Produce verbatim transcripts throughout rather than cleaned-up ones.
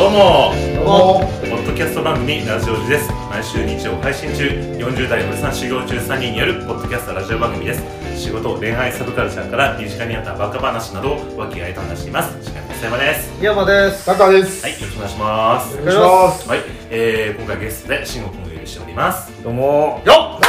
どうもどうもポッドキャスト番組ラジオジです。毎週日曜配信中、よんじゅう代おじさん修行中さんにんによるポッドキャストラジオ番組です。仕事、恋愛、サブカルチャーから身近にあったバカ話などを和気あいと話しています。司会の瀬山です。 山です。 中です。 はい、よろしくお願いします。 お願いします。 はい、えー、今回ゲストで慎吾君をお呼びしております。 どうもよっ。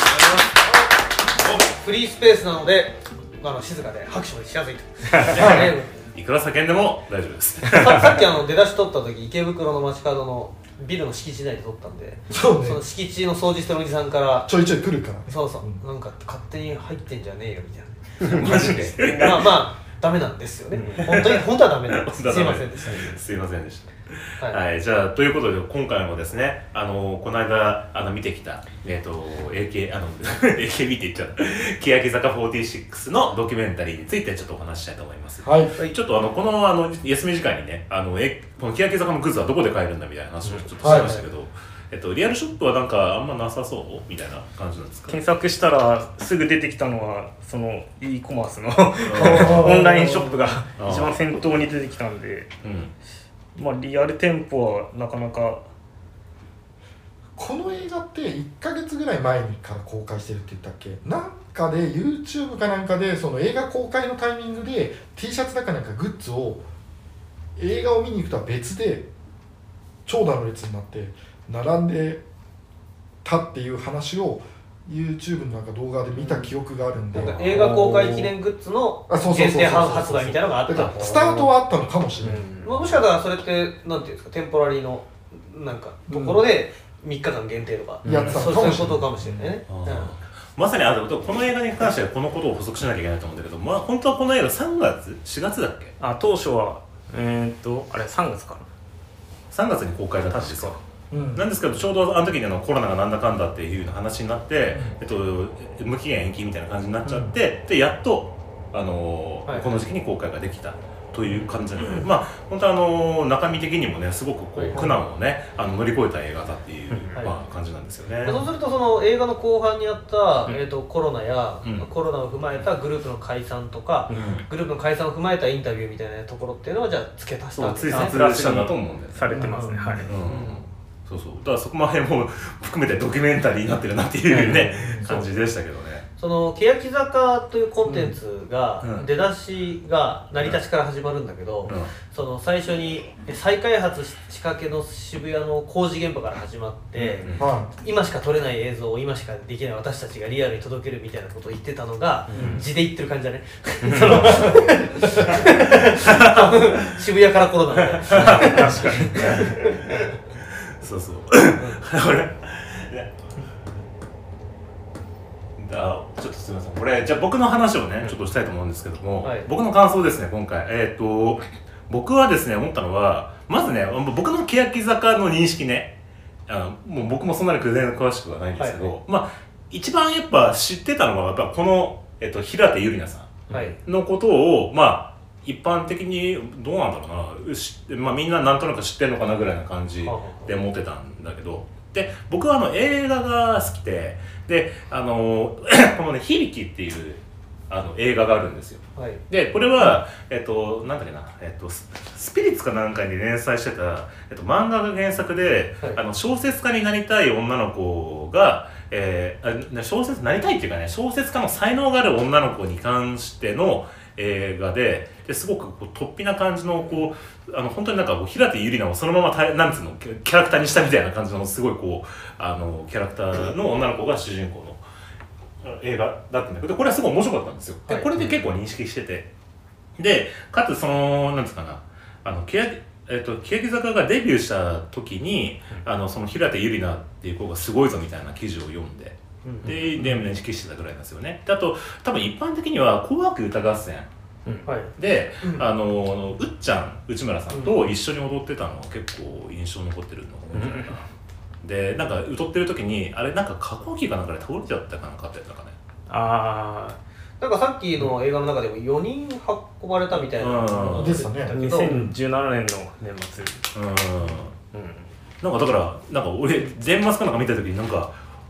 フリースペースなので、あの静かで拍手もしやすいと。 いくら叫んでも大丈夫です。 さ, さっきあの出だし撮った時、池袋の街角のビルの敷地内で撮ったんで、 そうね、 その敷地の掃除してるおじさんからちょいちょい来るからね。 そうそう、 うん、 なんか勝手に入ってんじゃねえよみたいなマジでまあまあダメなんですよね、うん、本当に本当はダメなんですすいませんでした。 すいませんでした、はい、はい、じゃあということで今回もですね、あのこの間あの見てきたえっ、ー、と エーケー あの エーケービー って言っちゃった欅坂フォーティーシックスのドキュメンタリーについてちょっとお話ししたいと思います。 はい、 ちょっとあのこのあの休み時間にね、あのえこの欅坂のグッズはどこで買えるんだみたいな話をちょっとしましたけど、はい、えっと、リアルショップはなんかあんまなさそうみたいな感じなんですか。 検索したらすぐ出てきたのはその e コマースのオンラインショップが一番先頭に出てきたんで、うん、まあリアル店舗はなかなか。 この映画っていっかげつぐらい前にから公開してるって言ったっけ。なんかで YouTube かなんかでその映画公開のタイミングで T シャツだかなんかグッズを映画を見に行くとは別で長蛇の列になって並んでたっていう話を YouTube のなんか動画で見た記憶があるんで、 なんか映画公開記念グッズの限定発売みたいなのがあった。 だからスタートはあったのかもしれない、 うん、まあ、もしかしたらそれってなんていうんですか、テンポラリーのなんかところでみっかかん限定とか、 やってたのかもしれない。 そういうことかもしれないね、うんうん、 まさにあとこの映画に関してはこのことを補足しなきゃいけないと思うんだけど、まあ、本当はこの映画さんがつしがつだっけ。 あ、当初はえー、っとあれさんがつかな、 さんがつに公開だったんですよ。うん、なんですけどちょうどあの時にあのコロナがなんだかんだっていうような話になって、うん、えっと、無期限延期みたいな感じになっちゃって、うん、でやっと、あのーはい、この時期に公開ができたという感じなので、うん、まあ本当あのー、中身的にもねすごくこう、はい、苦難をねあの乗り越えた映画だっていう、はい、まあ、感じなんですよね。 そうするとその映画の後半にあった、うん、えー、とコロナや、うん、コロナを踏まえたグループの解散とか、うん、グループの解散を踏まえたインタビューみたいなところっていうのはじゃあ付け足したんですね。 そう、つい撮影したんだと思うんだよね。 されてますね、うん、はい、うん、 そうそう、だからそこまでも含めてドキュメンタリーになってるなっていうね、うん、感じでしたけどね。 その欅坂というコンテンツが、うん、出だしが成り立ちから始まるんだけど、うん、その最初に再開発仕掛けの渋谷の工事現場から始まって、うん、今しか撮れない映像を今しかできない私たちがリアルに届けるみたいなことを言ってたのが、うん、字で言ってる感じだねその渋谷からコロナみたいな確かにそうそう俺あちょっとすみません、これじゃあ僕の話をね、うん、ちょっとしたいと思うんですけども、はい、僕の感想ですね今回。えー、と僕はですね思ったのは、まずね僕の欅坂の認識ね、あのもう僕もそんなに詳しくはないんですけど、はいはい、まあ一番やっぱ知ってたのはやっぱこの、えー、と平手友梨奈さんのことを、はい、まあ一般的にどうなんだろうな、し、まあ、みんななんとなく知ってるのかなぐらいな感じで思ってたんだけど、で僕はあの映画が好きで、であのこのね「響」っていうあの映画があるんですよ、はい、でこれは、えっとなんだっけな、えっと、ス, スピリッツかなんかに連載してた、えっと、漫画が原作で、はい、あの小説家になりたい女の子が、えー、小説なりたいっていうかね、小説家の才能がある女の子に関しての映画で、ですごくこう突飛な感じのこうあの本当になんかこう平手友梨奈をそのままたなんつうのキャラクターにしたみたいな感じのすごいこうあのキャラクターの女の子が主人公の映画だったんだけど、これはすごい面白かったんですよ。でこれで結構認識してて、でかつそのなんつうかな、あの欅えっと、欅坂がデビューした時に、うん、あのその平手友梨奈っていう子がすごいぞみたいな記事を読んで、うん、でで認識してたぐらいなんですよね。であと多分一般的には「紅白歌合戦」うん、で、うん、あのうっちゃん内村さんと一緒に踊ってたのが結構印象に残ってるのが面白いかな、うん、でなんか歌ってる時にあれなんか加工機かなんかで倒れちゃったかなんかってやったかね。 ああ、なんかさっきの映画の中でもよにん運ばれたみたいなのですよね。 にせんじゅうななねんの年末。 うん、うん、なんかだからなんか俺年末かなんか見た時になんか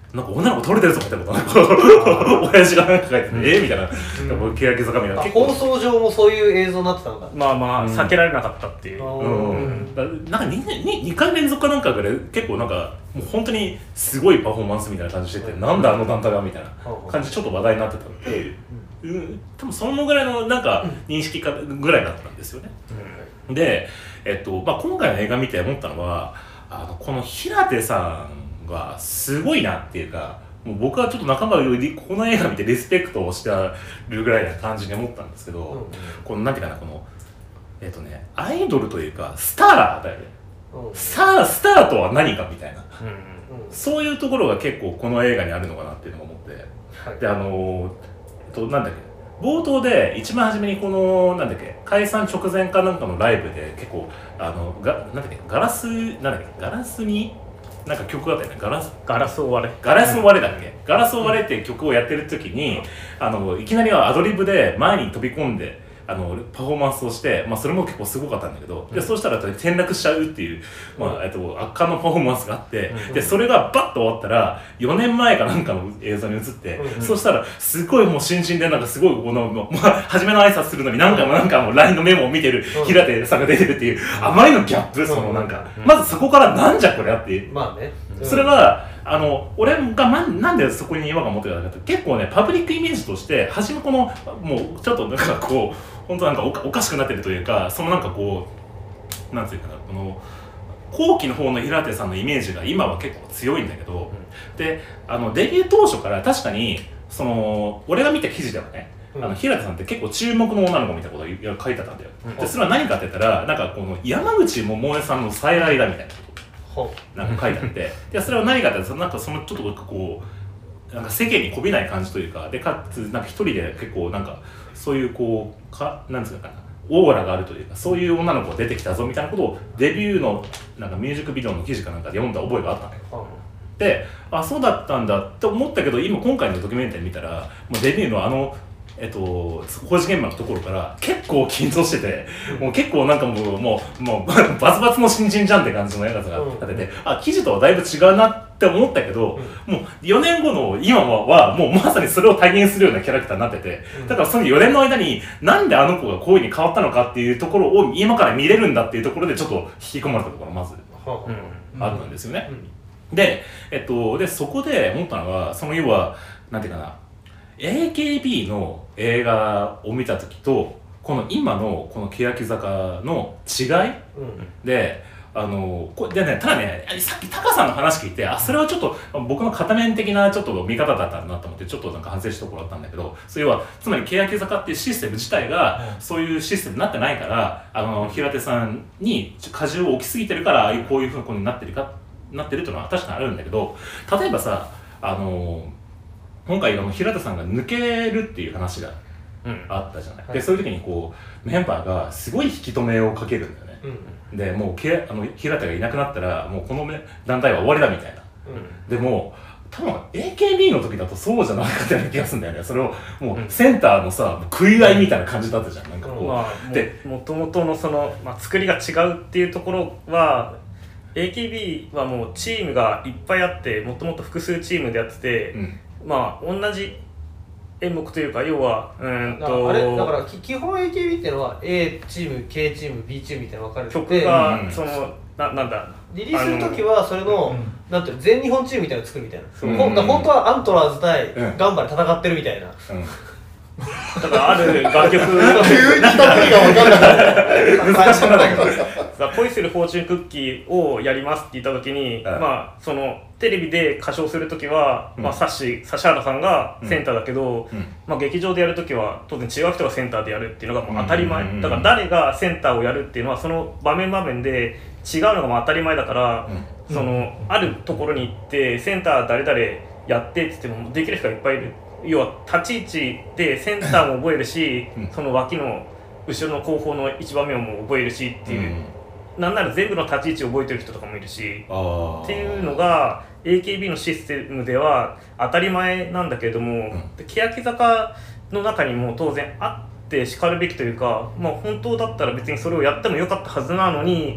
なんか女の子取れてるぞみたいなこと親父がなんか書いてて、うん、えみたいな、うん、欅坂みたいな。 放送上もそういう映像になってたのか。 まあまあ、うん、避けられなかったっていう。うんうん、だなんか 2, 2回連続かなんかぐらい結構なんかもう本当にすごいパフォーマンスみたいな感じしてて、うん、なんだあの団体がみたいな感じでちょっと話題になってたので、うんうん、多分そのぐらいのなんか認識かぐらいだったんですよね。うん、で、えっとまあ、今回の映画見て思ったのはあのこの平手さんがすごいなっていうか、もう僕はちょっと仲間よりこの映画見てリスペクトをしてるぐらいな感じに思ったんですけど、うんうん、このなんていうかな、このえっとねアイドルというかスターだよね、うんうん、さあスターとは何かみたいな、うんうん、そういうところが結構この映画にあるのかなっていうのを思って、はい、であのとなんだっけ冒頭で一番初めにこのなんだっけ解散直前かなんかのライブで結構あのがなんだっけガラスなんだっけガラスになんか曲があったよね。ガラスガラスを割れガラスを割れだっけ、うん、ガラスを割れっていう曲をやってる時に、あのいきなりアドリブで前に飛び込んであのパフォーマンスをして、まあ、それも結構すごかったんだけど、うん、でそうしたら転落しちゃうっていう、まあえっと、圧巻のパフォーマンスがあって、うん、でそれがバッと終わったらよねんまえかなんかの映像に映って、うん、そうしたらすごいもう新人でなんかすごいこの、まあ、初めの挨拶するのに何回も何回も ライン のメモを見てる平手さんが出てるっていう、あまりのギャップ、そのなんか、うん、まずそこからなんじゃこれやっていう、 まあね、 うん、それはあの俺が、ま、なんでそこに違和感を持ってるかというと、結構ねパブリックイメージとして初めこのもうちょっとなんかこう本当なんか お, おかしくなってるというか、そのなんかこうなんていうかな、この後期の方の平手さんのイメージが今は結構強いんだけど、うん、であのデビュー当初から確かにその俺が見た記事ではね、うん、あの平手さんって結構注目の女の子みたいなことを書いてたんだよ、うん、でそれは何かって言ったらなんかこの山口百恵さんの再来だみたいなことなんか書いてあってでそれは何かって言ったらなんかそのちょっとこうなんか世間にこびない感じというかでかつなんか一人で結構なんかそういうこうかなんつうのかなオーラがあるというかそういう女の子が出てきたぞみたいなことをデビューのなんかミュージックビデオの記事かなんかで読んだ覚えがあったのよ、うん、であそうだったんだって思ったけど今今回のドキュメンタリー見たらもうデビューのあのえっと工事現場のところから結構緊張してて、うん、もう結構なんかもうもうもうバツバツの新人じゃんって感じのやつが立てて、うん、あ記事とはだいぶ違うなって思ったけど、うん、もうよねんごの今はもうまさにそれを体現するようなキャラクターになってて、うん、だからそのよねんの間になんであの子がこういう風に変わったのかっていうところを今から見れるんだっていうところでちょっと引き込まれたところがまずあるんですよね、うんうん、で、えっと、でそこで思ったのはその要はなんていうかなエーケービー の映画を見た時とこの今のこの欅坂の違い、うん、であのこでねただねさっきタカさんの話聞いてあそれはちょっと僕の片面的なちょっと見方だったなと思ってちょっとなんか反省したところだったんだけどそれはつまり欅坂っていうシステム自体がそういうシステムになってないからあの平手さんに荷重を置きすぎてるからああいうこういうふうになってるかなってるっていうのは確かにあるんだけど例えばさあの今回の平手さんが抜けるっていう話があったじゃない、うん、でそういう時にこうメンバーがすごい引き止めをかけるんだよね、うん、でもうけあの平手がいなくなったらもうこの団体は終わりだみたいな、うん、でも多分 エーケービー の時だとそうじゃなかったような気がするんだよねそれをもうセンターのさ食い合いみたいな感じだったじゃんなんかこう、まあ、 でもともとのその、まあ、作りが違うっていうところはエーケービー はもうチームがいっぱいあってもともと複数チームでやってて、うんまあ同じ演目というか要はうんとあれだから基本 エーケービー っていうのは A チーム K チーム B チームみたいな分かれてて曲が、うん、そのななんだリリースする時はそれの、うん、なんていうの全日本チームみたいなの作るみたいな、うん、ほん本当はアントラーズ対ガンバで戦ってるみたいな、うんうんだからある楽曲急にたっぷりが分かんなかった難しくなったけど恋するフォーチュンクッキーをやりますって言った時に、うん、まあそのテレビで歌唱する時は、うんまあ、サッシ指原さんがセンターだけど、うんまあ、劇場でやる時は当然違う人がセンターでやるっていうのがもう当たり前、うん、だから誰がセンターをやるっていうのはその場面場面で違うのがもう当たり前だから、うん、そのあるところに行ってセンター誰々やってって言ってもできる人がいっぱいいる要は立ち位置でセンターも覚えるし、うん、その脇の後ろの後方の一番目も覚えるしっていう、うん、なんなら全部の立ち位置を覚えてる人とかもいるしっていうのが エーケービー のシステムでは当たり前なんだけれども、うん、欅坂の中にも当然あってしかるべきというか、まあ、本当だったら別にそれをやってもよかったはずなのに、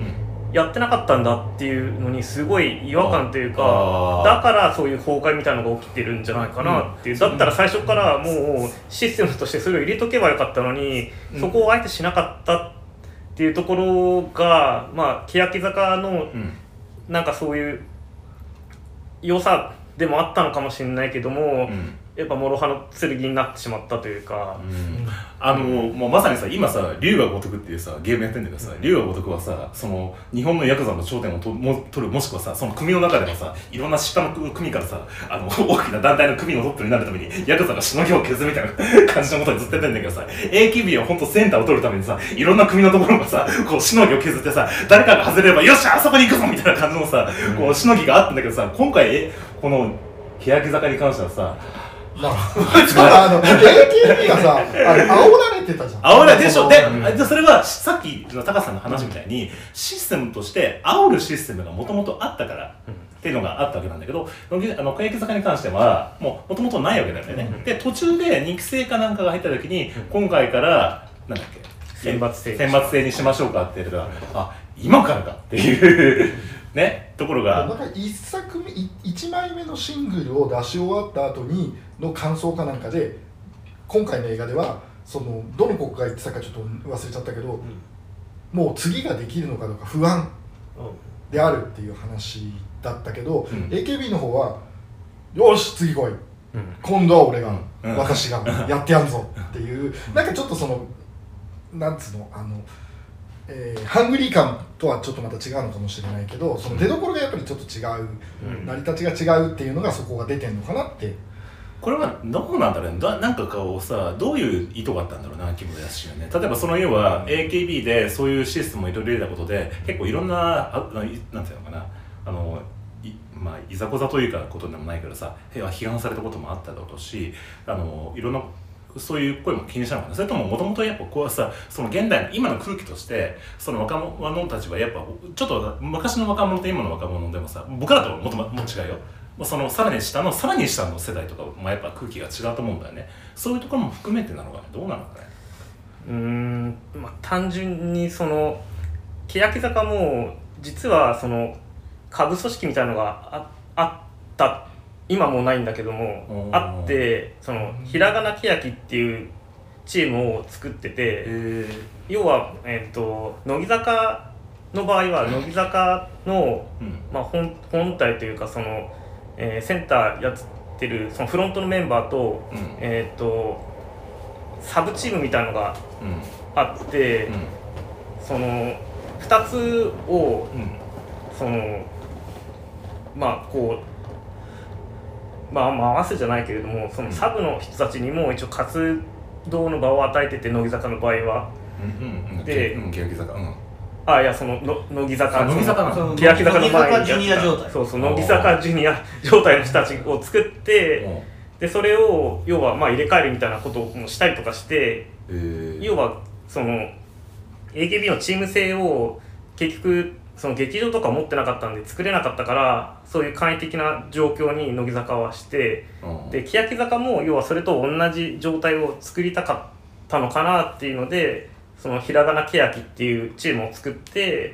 やってなかったんだっていうのにすごい違和感というか、だからそういう崩壊みたいなのが起きてるんじゃないかなっていう、うん、だったら最初からもうシステムとしてそれを入れとけばよかったのに、うん、そこをあえてしなかったっていうところが、まあ欅坂のなんかそういう良さでもあったのかもしれないけども、うん、やっぱ諸刃の剣になってしまったというか、 うん、あのもうまさにさ今さ龍が如くっていうさゲームやってんだけどさ、龍が如くはさその日本のヤクザの頂点をとも取る、もしくはさその組の中でもさいろんな下の組からさあの大きな団体の組のトップになるためにヤクザがしのぎを削るみたいな感じのことにずっとやってんだけどさ エーケービー は本当センターを取るためにさいろんな組のところがさこうしのぎを削ってさ誰かが外れればよっしゃあそこに行くぞみたいな感じのさ、うん、こうしのぎがあったんだけどさ今回えこの欅坂に関してはさまあ、あの エーケービー がさ、あの煽られてたじゃん。 煽られてでしょ。で、うん、それはさっきの高橋さんの話みたいに、うん、システムとして煽るシステムがもともとあったから、うん、っていうのがあったわけなんだけど、あの欅坂に関してはもうもともとないわけだよね、うん、で途中で肉声かなんかが入った時に、うん、今回からなんだっけ選抜制選抜制にしましょうかって言ったら、うん、あ今からかっていうねところがなんかいっさくめいちまいめのシングルを出し終わった後にの感想かなんかで今回の映画ではそのどの国が言ってたかちょっと忘れちゃったけど、うん、もう次ができるのかどうか不安であるっていう話だったけど、うん、エーケービー の方はよし次来い、うん、今度は俺が、うん、私がやってやんぞっていうなんかちょっとそのなんつうのあのえー、ハングリー感とはちょっとまた違うのかもしれないけどその出どころがやっぱりちょっと違う、うん、成り立ちが違うっていうのがそこが出てんのかなってこれはどうなんだろうねだなんかこうさどういう意図があったんだろうな木村康はね例えばその要は エーケービー でそういうシステムをいろいろ入れたことで結構いろんなあなんていうのかなあのいまあいざこざというかことでもないからさ批判されたこともあっただろうしあのいろんなそういう声も気にしたのかなそれとももともとやっぱこうはさその現代の今の空気としてその若者たちはやっぱちょっと昔の若者と今の若者でもさ僕らともっともっと違うよそのさらに下のさらに下の世代とかもやっぱ空気が違うと思うんだよねそういうところも含めてなのかねどうなのかねうーんまあ単純にその欅坂も実はその下部組織みたいなのが あ, あった今もうないんだけどもあってそのひらがな欅っていうチームを作ってて要は、えー、と乃木坂の場合は乃木坂の、うんまあ、本, 本体というかその、えー、センターやってるそのフロントのメンバーと,、うんえー、とサブチームみたいなのがあって、うんうん、そのふたつを、うん、そのまあこうまあ、まあ合わせじゃないけれどもそのサブの人たちにも一応活動の場を与えてて乃木坂の場合は、 うんうん、 で、 うん、欅坂、うん、 あいやそのの乃木坂乃木坂の欅坂の前にジュニア状態そうそう乃木坂ジュニア状態の人たちを作ってでそれを要はまあ入れ替えるみたいなことをしたりとかして、えー、要はその エーケービー のチーム性を結局その劇場とか持ってなかったんで作れなかったからそういう簡易的な状況に乃木坂はして、うん、で欅坂も要はそれと同じ状態を作りたかったのかなっていうのでそのひらがな欅っていうチームを作って、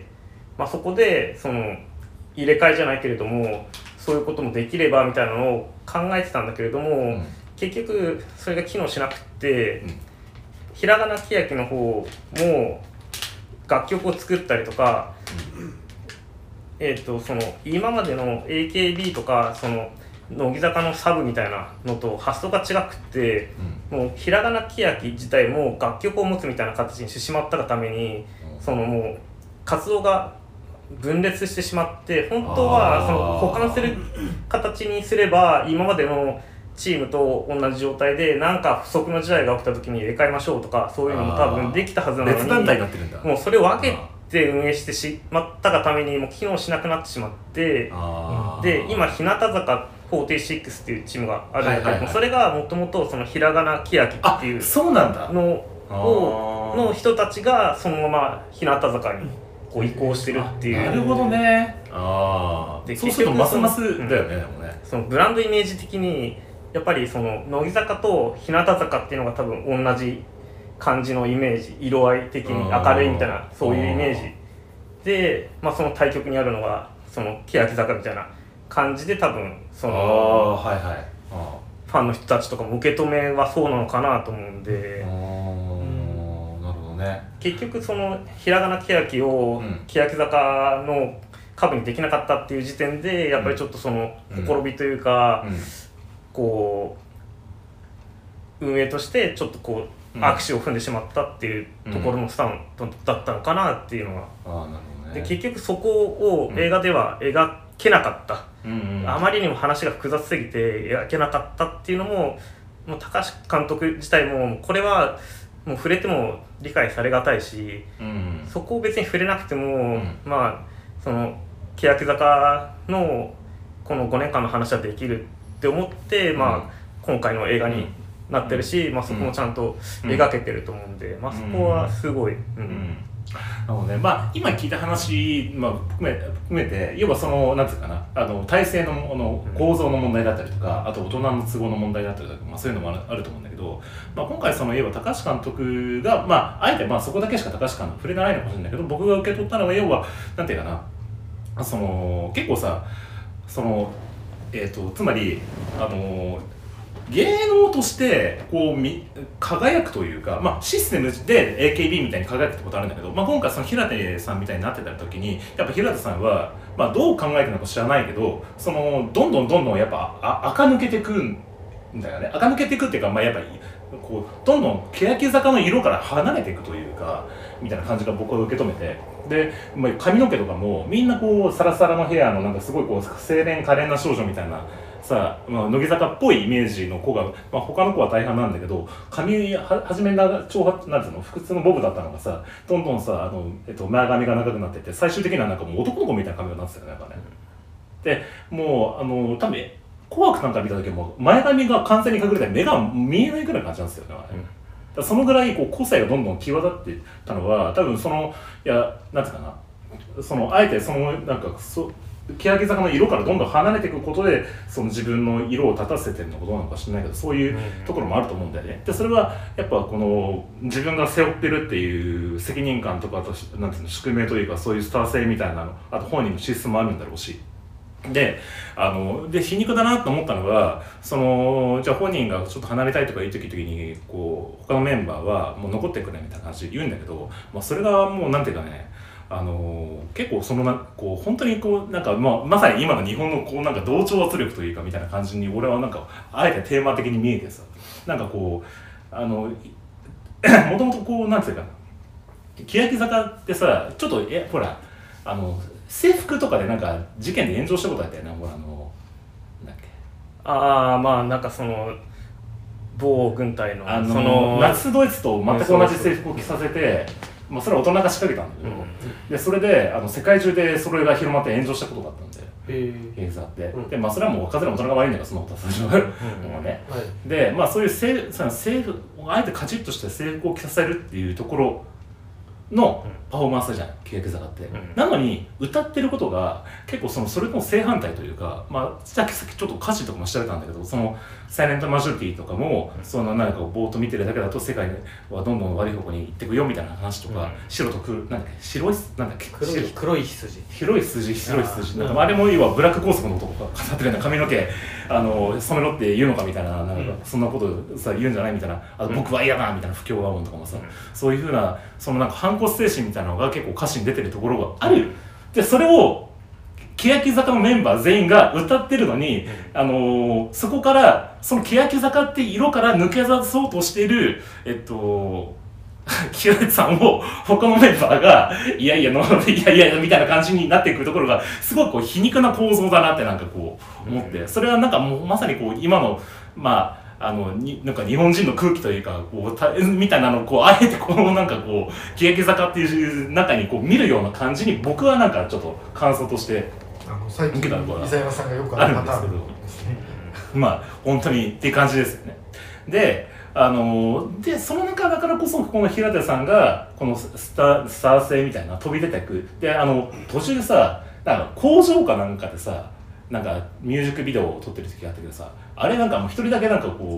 まあ、そこでその入れ替えじゃないけれどもそういうこともできればみたいなのを考えてたんだけれども、うん、結局それが機能しなくって、うん、ひらがな欅の方も楽曲を作ったりとか、えー、とその今までの エーケービー とかその乃木坂のサブみたいなのと発想が違くて、うん、もうひらがな欅自体も楽曲を持つみたいな形にしてしまったがために、うん、そのもう活動が分裂してしまって本当はその補完する形にすれば今までのチームと同じ状態で何か不測の事態が起きた時に入れ替えましょうとかそういうのも多分できたはずなのに別団体になってるんだもうそれを分けて運営してしまったがためにもう機能しなくなってしまってで今日向坂フォーティーシックスっていうチームがあるんだけど、はいはいはい、それがもともとそのひらがな欅っていうのをの人たちがそのまま日向坂にこう移行してるっていう。 なるほどね。ああ。そうするとますますだよね、うん、でもね。 そのブランドイメージ的にやっぱりその乃木坂と日向坂っていうのが多分同じ感じのイメージ色合い的に明るいみたいなそういうイメージで、まあ、その対極にあるのがその欅坂みたいな感じで多分その、 はいはい、あファンの人たちとかも受け止めはそうなのかなと思うんで、 あ、うん、なるほどね。 結局そのひらがな欅を欅坂の株にできなかったっていう時点でやっぱりちょっとそのほころびというか、うんうん、こう運営としてちょっとこうアクシを踏んでしまったっていうところのスタンドだったのかなっていうのは、 うん、あなるほどね。 で結局そこを映画では描けなかった、うんうん、あまりにも話が複雑すぎて描けなかったっていうのも、もう高橋監督自体もこれはもう触れても理解されがたいし、うん、そこを別に触れなくても、うん、まあその欅坂のこのごねんかんの話はできるって思って、うん、まあ今回の映画になってるし、うんまあ、そこもちゃんと描けてると思うんで、うんまあ、そこはすごい、うんうんなので、まあ、今聞いた話、まあ、含め、含めて要はそのなんていうかな、あの体制の、あの構造の問題だったりとか、あと大人の都合の問題だったりとか、まあ、そういうのもある、あると思うんだけど、まあ、今回その要は高橋監督が、まあ、あえてまあそこだけしか高橋監督触れないのかもしれないけど、僕が受け取ったのは要はなんていうかな、その結構さその、えー、とつまりあの芸能としてこうみ輝くというか、まあ、システムで エーケービー みたいに輝くってことあるんだけど、まあ、今回その平手さんみたいになってた時にやっぱ平手さんは、まあ、どう考えてるのか知らないけど、そのどんどんどんどんやっぱあ垢抜けてくんだよね。垢抜けていくっていうか、まあ、やっぱりこうどんどん欅坂の色から離れていくというかみたいな感じが僕は受け止めて、で、まあ、髪の毛とかもみんなこうサラサラのヘアのなんかすごいこう清廉可憐な少女みたいなさあ、まあ、乃木坂っぽいイメージの子が、まあ、他の子は大半なんだけど、髪は初めな長髪なんていうの普通のボブだったのがさ、どんどんさあの、えっと、前髪が長くなってて、最終的にはなんかもう男の子みたいな髪になってたよね、やっぱね。でもうあの多分紅白なんか見た時も前髪が完全に隠れて目が見えないくらいの感じなんですよね、うん、だからそのぐらいこう個性がどんどん際立ってたのは、多分そのいやなんていうかな、そのあえてそのなんかそ欅坂の色からどんどん離れていくことでその自分の色を立たせてるのことなのか知らないけど、そういうところもあると思うんだよね。でそれはやっぱこの自分が背負ってるっていう責任感とか、あとなんていうの宿命というか、そういうスター性みたいなの、あと本人の資質もあるんだろうし、であので皮肉だなと思ったのが、そのじゃあ本人がちょっと離れたいとか言う時にこう他のメンバーはもう残ってくれみたいな感じで言うんだけど、まあ、それがもうなんていうかね、あの結構そのなこう本当にこうなんか、まあ、まさに今の日本のこうなんか同調圧力というかみたいな感じに俺はなんかあえてテーマ的に見えてさ、なんかこうあのもともとこうなんていうかな、欅坂ってさちょっとえほらあの制服とかでなんか事件で炎上したことあったよね、ほらあのなんだっけ、 ああまあなんかその某軍隊のあのそのナチスドイツと全く同じ制服を着させて、まあ、それは大人が仕掛けたんだけど、うん、でそれであの世界中でそれが広まって炎上したことがあったんで、映画って、うん、でまあそれはもう風の大人が悪いんだから、その他最初はね、はい、でまあそういう制制服あえてカチッとした制服を着させるっていうところのパフォーマンスじゃん、欅坂って、うん、なのに歌ってることが結構そのそれとの正反対というか、まあさっきさっきちょっと歌詞とかも調べたんだけど、そのサイレントマジョリティとかも、うん、そのなんかぼーっと見てるだけだと世界はどんどん悪い方向に行ってくよみたいな話とか、うん、白と黒なんだっけ白いなんだっけ黒い黒い筋広い筋白い筋なんかあれも要はブラックコースの男が語ってるような髪の毛あの染めろって言うのかみたいな、なんかそんなことさ言うんじゃないみたいな、あと僕は嫌だみたいな不協和音とかもさ、うん、そういうふうなそのなんか反骨精神みたいなのが結構歌詞に出てるところがある。でそれを欅坂のメンバー全員が歌ってるのに、あのー、そこからその欅坂って色から抜け出そうとしているえっと清水さんを他のメンバーがいやいやのいやいやみたいな感じになっていくところがすごくこう皮肉な構造だなってなんかこう思って、それはなんかもうまさにこう今のまああのになんか日本人の空気というかこうたみたいなのをこうあえてこのなんかこう欅坂っていう中にこう見るような感じに僕はなんかちょっと感想としてあの最近伊沢山さんがよくあるんですけど、 まあ本当にっていう感じですよね。であのでその中だからこそこの平手さんがこのスタースター性みたいな飛び出てくで、あの途中でさなんか工場かなんかでさなんかミュージックビデオを撮ってる時があったけどさ、あれなんかもう一人だけなんかこう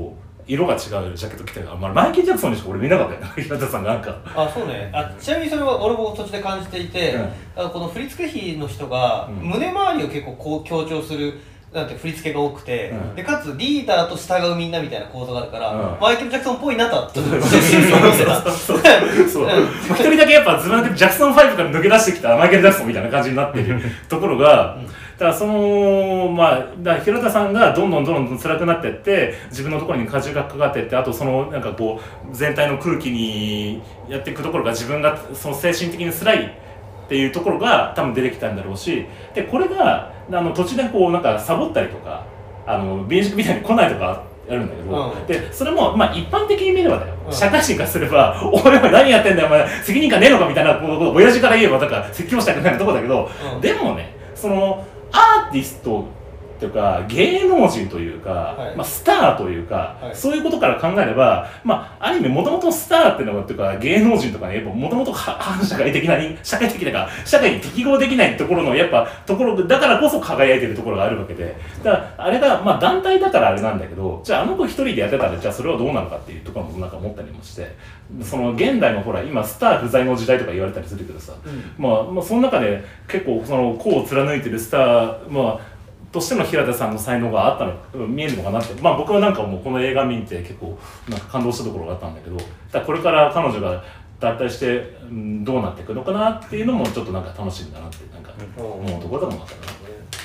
色が違うジャケット着てるから、まあ、マイケル・ジャクソンにしか俺見なかったよ平田さんなんかあそうねあちなみにそれは俺も途中で感じていて、うん、この振付師の人が胸周りを結構こう強調するなんて振り付けが多くて、うん、でかつリーダーと従うみんなみたいな構造があるから、うん、マイケル・ジャクソンっぽいなとはちょっと思ってた一人だけやっぱズバ抜けジャクソンファイブから抜け出してきたマイケル・ジャクソンみたいな感じになっているところが、うん、だからそのまあだから平田さんがどんどんどんどん辛くなっていって自分のところに荷重がかかっていってあとそのなんかこう全体の空気にやっていくところが自分がその精神的に辛いっていうところが多分出てきたんだろうしでこれがあの途中でこうなんかサボったりとかあの民宿みたいに来ないとかあるんだけど、うん、でそれもまあ一般的に見ればだよ、うん、社会人からすればお前何やってんだよお前責任感ねえのかみたいなこう親父から言えばだから説教したくなるところだけど、うん、でもねそのアーティストというか芸能人というか、はいまあ、スターというか、はい、そういうことから考えれば、まあ、ある意味もともとスターっていうのはというか芸能人とかねもともと反社会的な社会的だから社会に適合できないところのやっぱところだからこそ輝いてるところがあるわけでだからあれが、まあ、団体だからあれなんだけどじゃああの子一人でやってたらじゃあそれはどうなのかっていうところもなんか思ったりもしてその現代のほら今スター不在の時代とか言われたりするけどさ、うんまあまあ、その中で結構その個を貫いてるスターまあとしての平田さんの才能があったの見えるのかなって、まあ、僕はなんかもうこの映画見て結構なんか感動したところがあったんだけどだからこれから彼女が脱退して、うん、どうなっていくのかなっていうのもちょっとなんか楽しみだなってなんか思うところでもあったかな、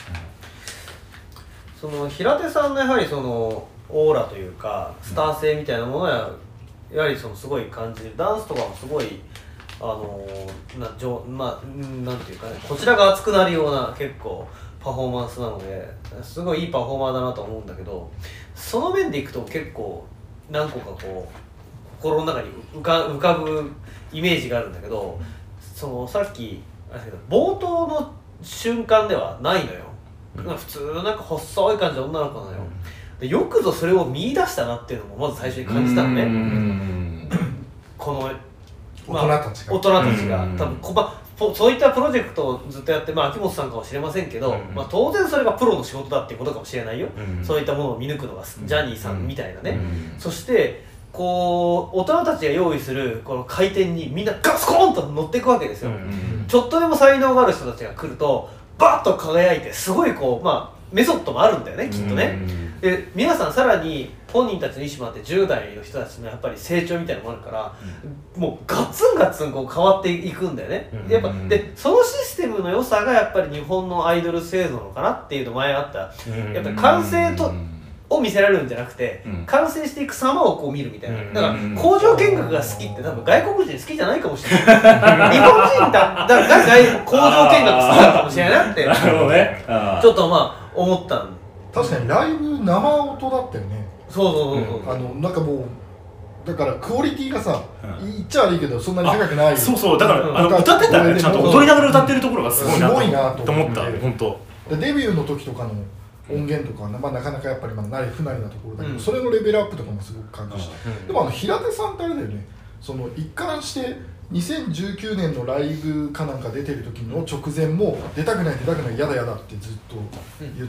うん、その平手さんのやはりそのオーラというかスター性みたいなものはやはりそのすごい感じるダンスとかもすごいあのなじょまあなんていうかねこちらが熱くなるような結構パフォーマンスなのですごいいいパフォーマーだなと思うんだけどその面でいくと結構何個かこう心の中に浮か、浮かぶイメージがあるんだけどそのさっきあれだけど冒頭の瞬間ではないのよ、うん、普通なんか細い感じの女の子なのよ、うん、でよくぞそれを見出したなっていうのもまず最初に感じたのねこの、 まあ、大人たちが大人たちが多分こばそういったプロジェクトをずっとやって、まあ、秋元さんかもしれませんけど、うんまあ、当然それがプロの仕事だっていうことかもしれないよ、うん、そういったものを見抜くのがジャニーさんみたいなね、うん、そしてこう大人たちが用意するこの回転にみんなガスコーンと乗っていくわけですよ、うん、ちょっとでも才能がある人たちが来るとバッと輝いてすごいこう、まあ、メソッドもあるんだよねきっとね、うん、で皆さんさらに本人たちの意思もあってじゅう代の人たちのやっぱり成長みたいなのもあるから、うん、もうガツンガツンこう変わっていくんだよね、うん、でやっぱでそのシステムの良さがやっぱり日本のアイドル制度なのかなっていうの前あった、うん、やっぱり完成とを見せられるんじゃなくて、うん、完成していく様をこう見るみたいな、うん、だから工場見学が好きって多分外国人好きじゃないかもしれない日本人だだが工場見学好きなのかもしれないなってなるほどねちょっとまあ思ったん確かにライブ生音だったよねそうそうそうそう、 うん、あのなんかもうだからクオリティがさ、うん、言っちゃ悪いけどそんなに高くないそうそうだから、うん、あの歌ってたねちゃんと踊りながら歌ってるところがすごいなと、うん、すごいなと思った本当デビューの時とかの音源とかは、まあ、なかなかやっぱりまだ不慣れなところだけど、うん、それのレベルアップとかもすごく感じした、うん、でもあの平手さんってあれだよねその一貫してにせんじゅうきゅうねんのライブかなんか出てる時の直前も出たくない出たくないやだやだってずっと言って、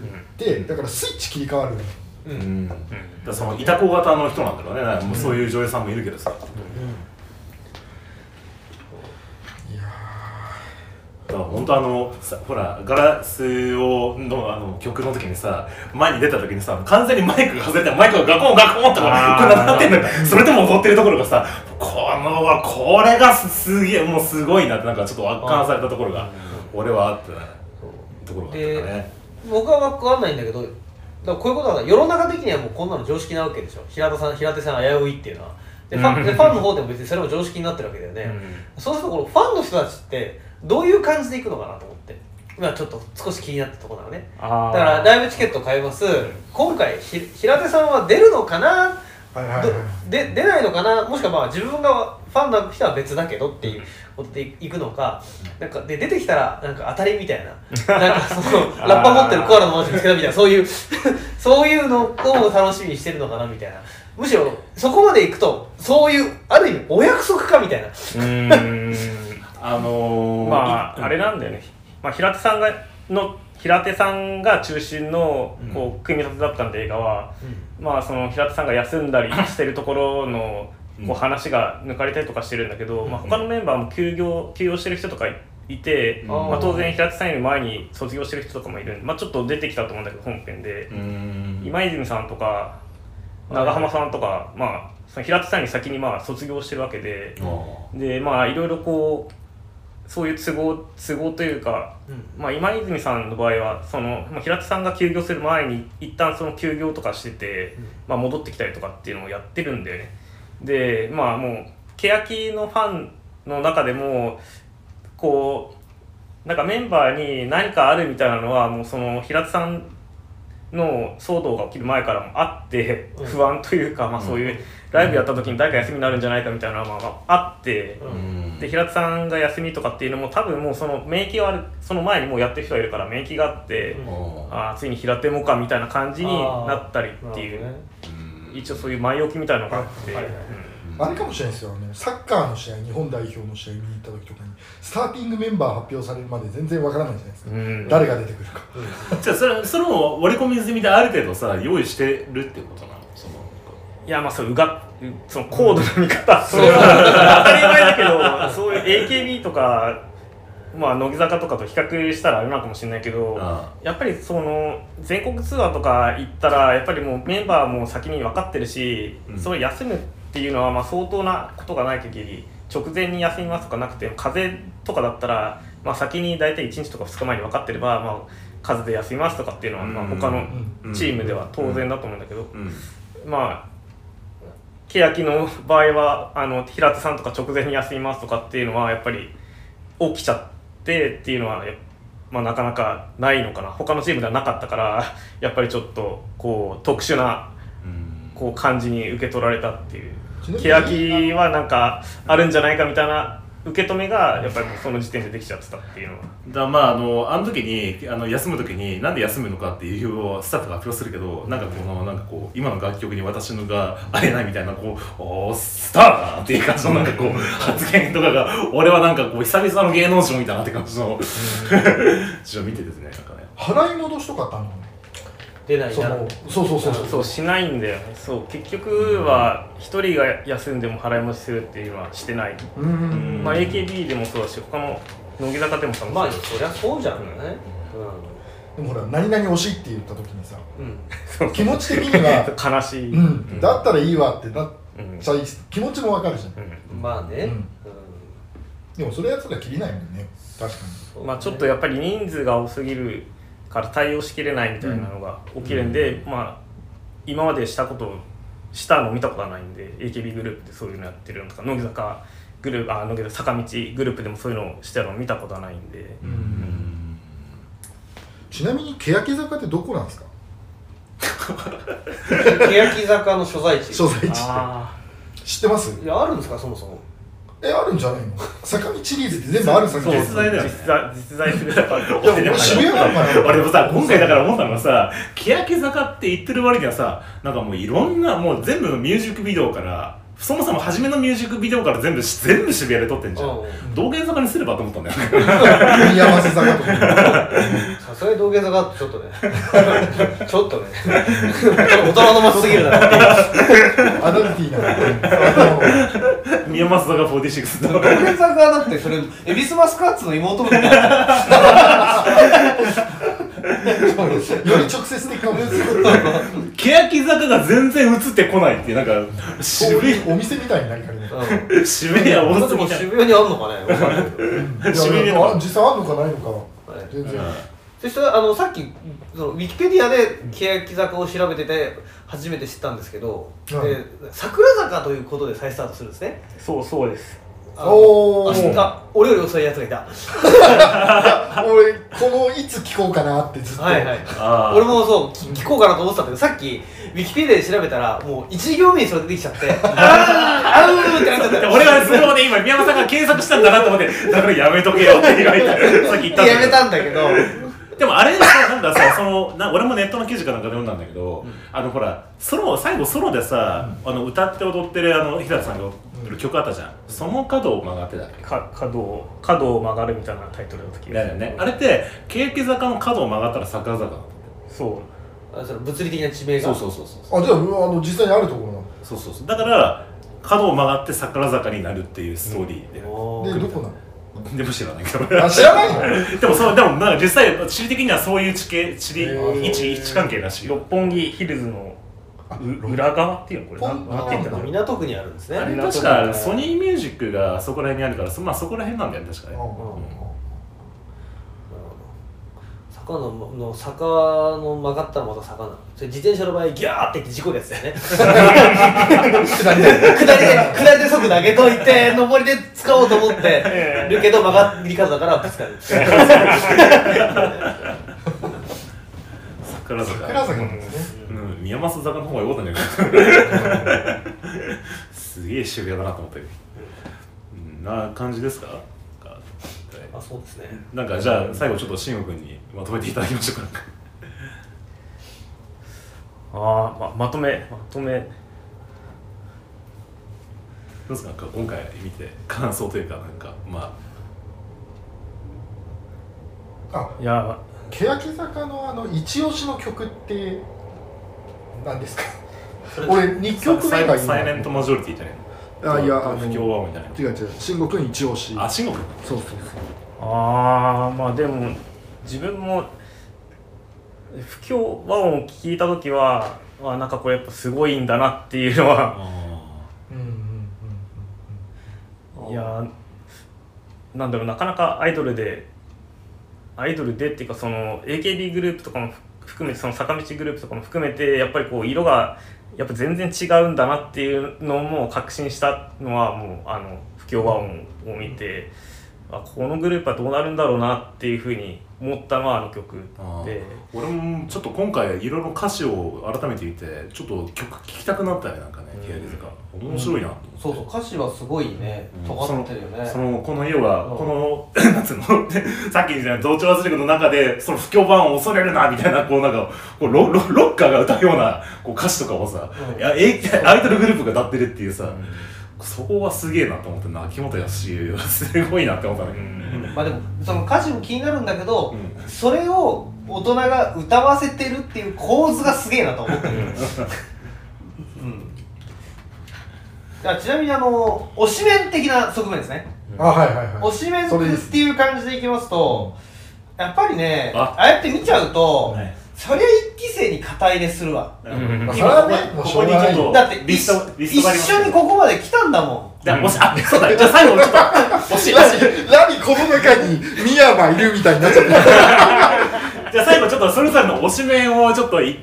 うん、だからスイッチ切り替わるうんうん、だからそのイタコ型の人なんだろうね、うん、もうそういう女優さんもいるけどさ、うん、いやだから本当あのさほらガラスを の, あの曲の時にさ前に出た時にさ完全にマイクが外れてマイクがガコンガコンってこうなってんのそれでも踊ってるところがさこのこれが す, すげえもうすごいなってなんかちょっと圧巻されたところが俺はあってねところがあったね僕は分かんないんだけどだからこういうことは世の中的にはもうこんなの常識なわけでしょ平田さん平手さん危ういっていうのはでファンでファンの方でも別にそれも常識になってるわけだよね、うん、そうするとこのファンの人たちってどういう感じでいくのかなと思って今ちょっと少し気になったところなのねだからライブチケット買います今回ひ平手さんは出るのかなはいはいはい、で出ないのかなもしくはまあ自分がファンの人は別だけどっていうことでいくのかなんかで出てきたらなんか当たりみたいななんかそのラッパ持ってるコアラのマジ見つけたみたいなそういうそういうのを楽しみにしてるのかなみたいなむしろそこまでいくとそういうある意味お約束かみたいなうーんあのー、まああれなんだよね、まあ、平手さんがの平手さんが中心のこう組み立てだったんで映画は、うん、まあその平手さんが休んだりしてるところのこう話が抜かれたりとかしてるんだけど、うん、まあ、他のメンバーも休業休業してる人とかいて、うん、まあ、当然平手さんより前に卒業してる人とかもいるんで、まあ、ちょっと出てきたと思うんだけど本編で、うん、今泉さんとか長浜さんとか、まあ、その平手さんに先にまあ卒業してるわけで、うん、でまあいろいろこうそういう都合都合というか、うん、まあ、今泉さんの場合はその、まあ、平手さんが休業する前に一旦その休業とかしてて、うん、まあ、戻ってきたりとかっていうのをやってるんだよね。でまあもう欅のファンの中でもこうなんかメンバーに何かあるみたいなのはもうその平手さんの騒動が起きる前からもあって不安というか、うん、まあ、そういうライブやった時に誰か休みになるんじゃないかみたいなのはまああって、うん、で平手さんが休みとかっていうのも多分もうその免疫があるその前にもうやってる人がいるから免疫があって、うん、あついに平手もかみたいな感じになったりっていう、一応そういう前置きみたいなのがあって、はいはい、 うん、あれかもしれないですよね。サッカーの試合、日本代表の試合見に行った時とかにスターティングメンバー発表されるまで全然わからないじゃないですか、うん、誰が出てくるか、 うん、じゃあそれそれも割り込み済みである程度さ用意してるってことなの？そのいやまあそううがその高度な見方、うん、それは当たり前だけどそういう エーケービー とかまあ、乃木坂とかと比較したらあれなのかもしれないけど、ああやっぱりその全国ツアーとか行ったらやっぱりもうメンバーも先に分かってるし、うん、それ休むっていうのはまあ相当なことがない限り直前に休みますとかなくて風邪とかだったら、まあ、先に大体いちにちとかふつかまえに分かってれば、まあ、風邪で休みますとかっていうのはまあ他のチームでは当然だと思うんだけど、まあ欅の場合はあの平手さんとか直前に休みますとかっていうのはやっぱり起きちゃってでっていうのは、まあ、なかなかないのかな。他のチームではなかったからやっぱりちょっとこう特殊なこう感じに受け取られたっていう、欅はなんかあるんじゃないかみたいな受け止めがやっぱりその時点でできちゃってたっていうのはだ。まああのあの時にあの休む時になんで休むのかっていう理由をスタッフが発表するけど、なんかこのなんかこう今の楽曲に私のがあれないみたいなこうおスターだなっていう感じのなんかこう発言とかが俺はなんかこう久々の芸能ショーみたいなって感じのちょっと見てですね、なんかね払い戻しとかあったの出ないな。 そうそうそうそうそうしないんだよね。そう結局は一人が休んでも払い戻しするっていうのはしてない。うん、まあ エーケービー でもそうだし他の乃木坂でもさ、 まあそりゃそうじゃんね。 うん、でもほら何々惜しいって言った時にさ、うん、気持ち的には悲しい、 うん、だったらいいわってなっちゃい、うん、気持ちもわかるじゃん。 うん、まあね。うんうん、 でもそれやつら切りないもんね。確かに。 まあちょっとやっぱり人数が多すぎるから対応しきれないみたいなのが起きるんで、うん、まあ今までしたことしたのを見たことはないんで エーケービー グループでそういうのやってるのとか乃木坂グループあ乃木坂道グループでもそういうのをしてるのを見たことはないんで、うんうん、 ちなみに欅坂ってどこなんですか？ 欅坂の所在地所在地知ってます？ いやあるんですかそもそも。 え、あるんじゃないの？坂道シリーズって全部ある坂道。 実在だよね。 実在、実在する坂。いや、 俺渋谷なんかな。 俺でもさ、今回だから思ったのはさ、欅坂って言ってる割にはさ、なんかもういろんな、もう全部のミュージックビデオから、そもそも初めのミュージックビデオから全部全部渋谷で撮ってんじゃん。道玄坂にすればと思ったんだよね。 宮益坂とか。 さすがに道玄坂ってちょっとね。ちょっとね。大人のまっすぎるなっていう。 アダルティーな。 宮益坂フォーティーシックス道玄坂だってそれエビスマスカッツの妹分みたいな。 より直接的な欅坂が全然映ってこないっていうなんか渋いお店みたいになりかねる。渋谷は大阪渋谷にあるのかね。 渋谷に実際あるのかないのかは全然。 そしてあのさっきそのウィキペディアで欅坂を調べてて初めて知ったんですけど、うん、で桜坂ということで再スタートするんですね。 そうそうです。 おーあ俺より遅いやつがいた。 俺このいつ聞こうかなってずっと、はいはい、 俺もそう聞こうかなと思ってたんだけど、さっきウィキペディアで調べたらもう一行目にそれ出てきちゃってあーあーってなっちゃった。 俺はそれをね今宮本さんが検索したんだなと思ってだからやめとけよって言われたさっき言ったんだけどやめたんだけどでもあれさ、なんかさ、そのな俺もネットの記事かなんかで読んだんだけど、うん、あのほらソロ最後ソロでさ、うん、あの歌って踊ってるあの平田さんが踊る曲あったじゃん、うん、その角を曲がってたっけ？ か角を角を曲がるみたいなタイトルの時だよね。あれって欅坂の角を曲がったら桜坂だった。 そうあその物理的な地名がそうそうそうそう。 あじゃあ、あの実際にあるところなの？ そうそうそう。だから角を曲がって桜坂になるっていうストーリーで、 うん、でどこなの？ でも知らないけど。 あ知らないの？ でもそうでもなんか実際地理的にはそういう地形地理位置位置関係らしいよ。 六本木ヒルズの裏側っていうのこれなんなんて言うんだろう。港区にあるんですね。 あれ確かソニーミュージックがそこら辺にあるから、そまあそこら辺なんだよね確かね。 坂のの坂の曲がったらまた坂なの。それ自転車の場合ギャーって言って事故るやつだよね。下りで下りで下りで即投げといて上りで使おうと思ってるけど曲がり方だからぶつかる。 桜坂。 桜坂なんですね。 うん、宮益坂の方が良かったんじゃないか。すげえ渋谷だなと思ったけど。うん、な感じですか？ あ、そうですね。 なんかじゃあ最後ちょっと慎吾君にまとめていただきましょうか。 ああ、ま、まとめまとめ。 どうですか？今回見て感想というかなんかまあ。あ、いや、欅坂のあの一押しの曲って何ですか？俺にきょくめがサイレントマジョリティじゃないの？ あ、いや、あの不協和音みたいな。 違う違う、慎吾君一押し。 あ、慎吾君。 そうそうそう。 ああ、まあでも自分も不協和音を聞いた時は、あ、なんかこれやっぱすごいんだなっていうのは、うんうんうんうん、いやなんだろう、なかなかアイドルでアイドルでっていうかその エーケービー グループとかも含めてその坂道グループとかも含めてやっぱりこう色がやっぱ全然違うんだなっていうのをもう確信したのはもうあの不協和音を見て。あ、このグループはどうなるんだろうなっていうふうに思ったのはあの曲で、 俺もちょっと今回いろいろ歌詞を改めて見てちょっと曲聴きたくなったね。なんかね、欅坂面白いなと思って、うん、 そうそう、歌詞はすごいね、尖ってるよね。 そのこの要は、うん、このなんつうのさっきみたいな同調圧力の中でその不協和音を恐れるなみたいなこうなんかこう ロ, ロ, ロッカーが歌うようなこう歌詞とかをさ、うん、いやアイドルグループが歌ってるっていうさ、うん、そこはすげえなと思って、秋元康すごいなって思ったね、うん、まあでもその歌詞も気になるんだけど、うん、それを大人が歌わせてるっていう構図がすげえなと思ってる、うん、だちなみにあの推しメン的な側面ですね、 あ、はいはいはい、 推しメンっていう感じでいきますとやっぱりね、ああやって見ちゃうと、はい、そりゃ一期生に肩入れするわ、うん、 今それはね、 ここにちょっとだってリストリスト一緒にここまで来たんだもん。 じゃあもし、あ、そうだ、じゃあ最後ちょっと推し何この中にミヤマいるみたいになっちゃったじゃあ最後ちょっとそれぞれの推しメンをちょっと言って、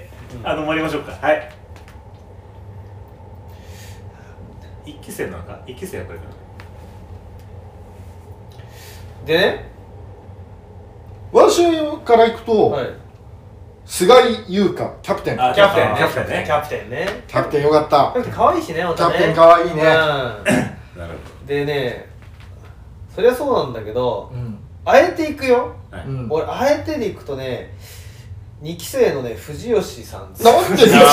うん、あの終わりましょうか。はい。一期生なんか一期生やっぱりかな。 でね、 私からいくと、はい、菅井優香キャプテン。 あ、キャプテンね。キャプテンね。キャプテンね。 キャプテンよかった。 キャプテン可愛いしね、またね。 キャプテン可愛いね。うん、なるほど。 でね、そりゃそうなんだけど、うん、あえていくよ。はい、俺あえてでいくとね、にき生のね藤吉さん。 なんで藤吉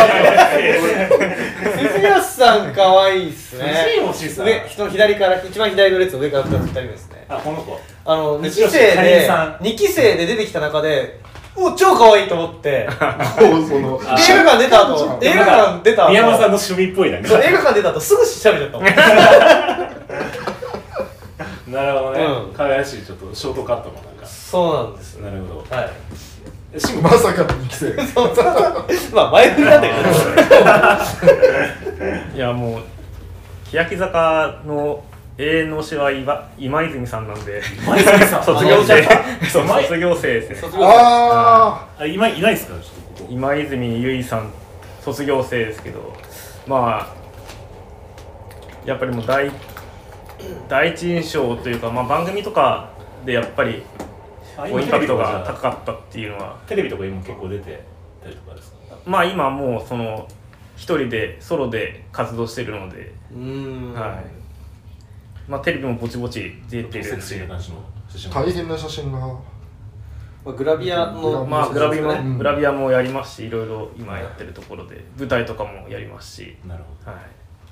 藤吉さん可愛いっすね。 藤吉さん。 上人左から一番左の列の上からふたつふたりめですね。 あ、この子。 あのにき生でにき生で出てきた中で。お、超可愛いと思って。映画館出た後、映画館出た後、 宮山さんの趣味っぽいな。 そう、映画館出た後すぐ喋っちゃったもん。 なるほどね。可愛らしいちょっとショートカットもなんか。 そうなんです。 なるほど。 はい。 まさかのにき生。 そうそう。まあ前振りだったけど。いやもう欅坂の永遠の推しは今泉さんなんで。 今泉さん。 卒業生。そう卒業生ですね。 ああ。今いないですか。 今泉ゆいさん卒業生ですけど、まあやっぱりもう第第一印象というか、まあ番組とかでやっぱりインパクトが高かったっていうのは。 テレビとか今結構出てたりとかですか。 まあ今もうその一人でソロで活動してるので、 うーん、 はい。まあテレビもぼちぼち出てるんで、 大変な写真がまあ、グラビアのまあグラビアも、うん、グラビアもやりますし、いろいろ今やってるところで舞台とかもやりますし。 なるほど。はい。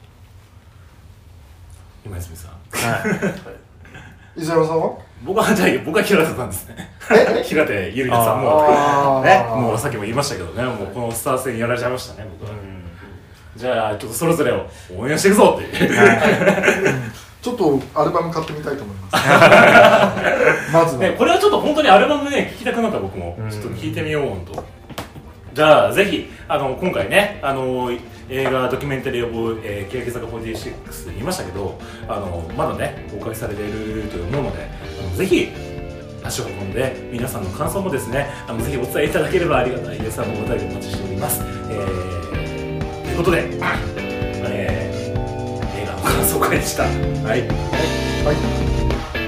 今泉さん。 はい。 伊沢さんは？ 僕はじゃあ僕は平手さんですね。平手ゆりなさんもね、もうさっきも言いましたけどね、もうこのスター戦やられちゃいましたね僕は。じゃあちょっとそれぞれを応援していくぞっていう。 ちょっとアルバム買ってみたいと思います。まずね、これはちょっと本当にアルバムね聴きたくなった僕もちょっと聴いてみよう本当。じゃあぜひあの今回ねあの映画ドキュメンタリーを、えー、欅坂フォーティーシックスで見ましたけど、あのまだね公開されていると思うので、あのぜひ足を運んで皆さんの感想もですねあのぜひお伝えいただければありがたいです。あのお便りお待ちしております。えー、ということで、えー、映画の感想会でした。はい、はいはい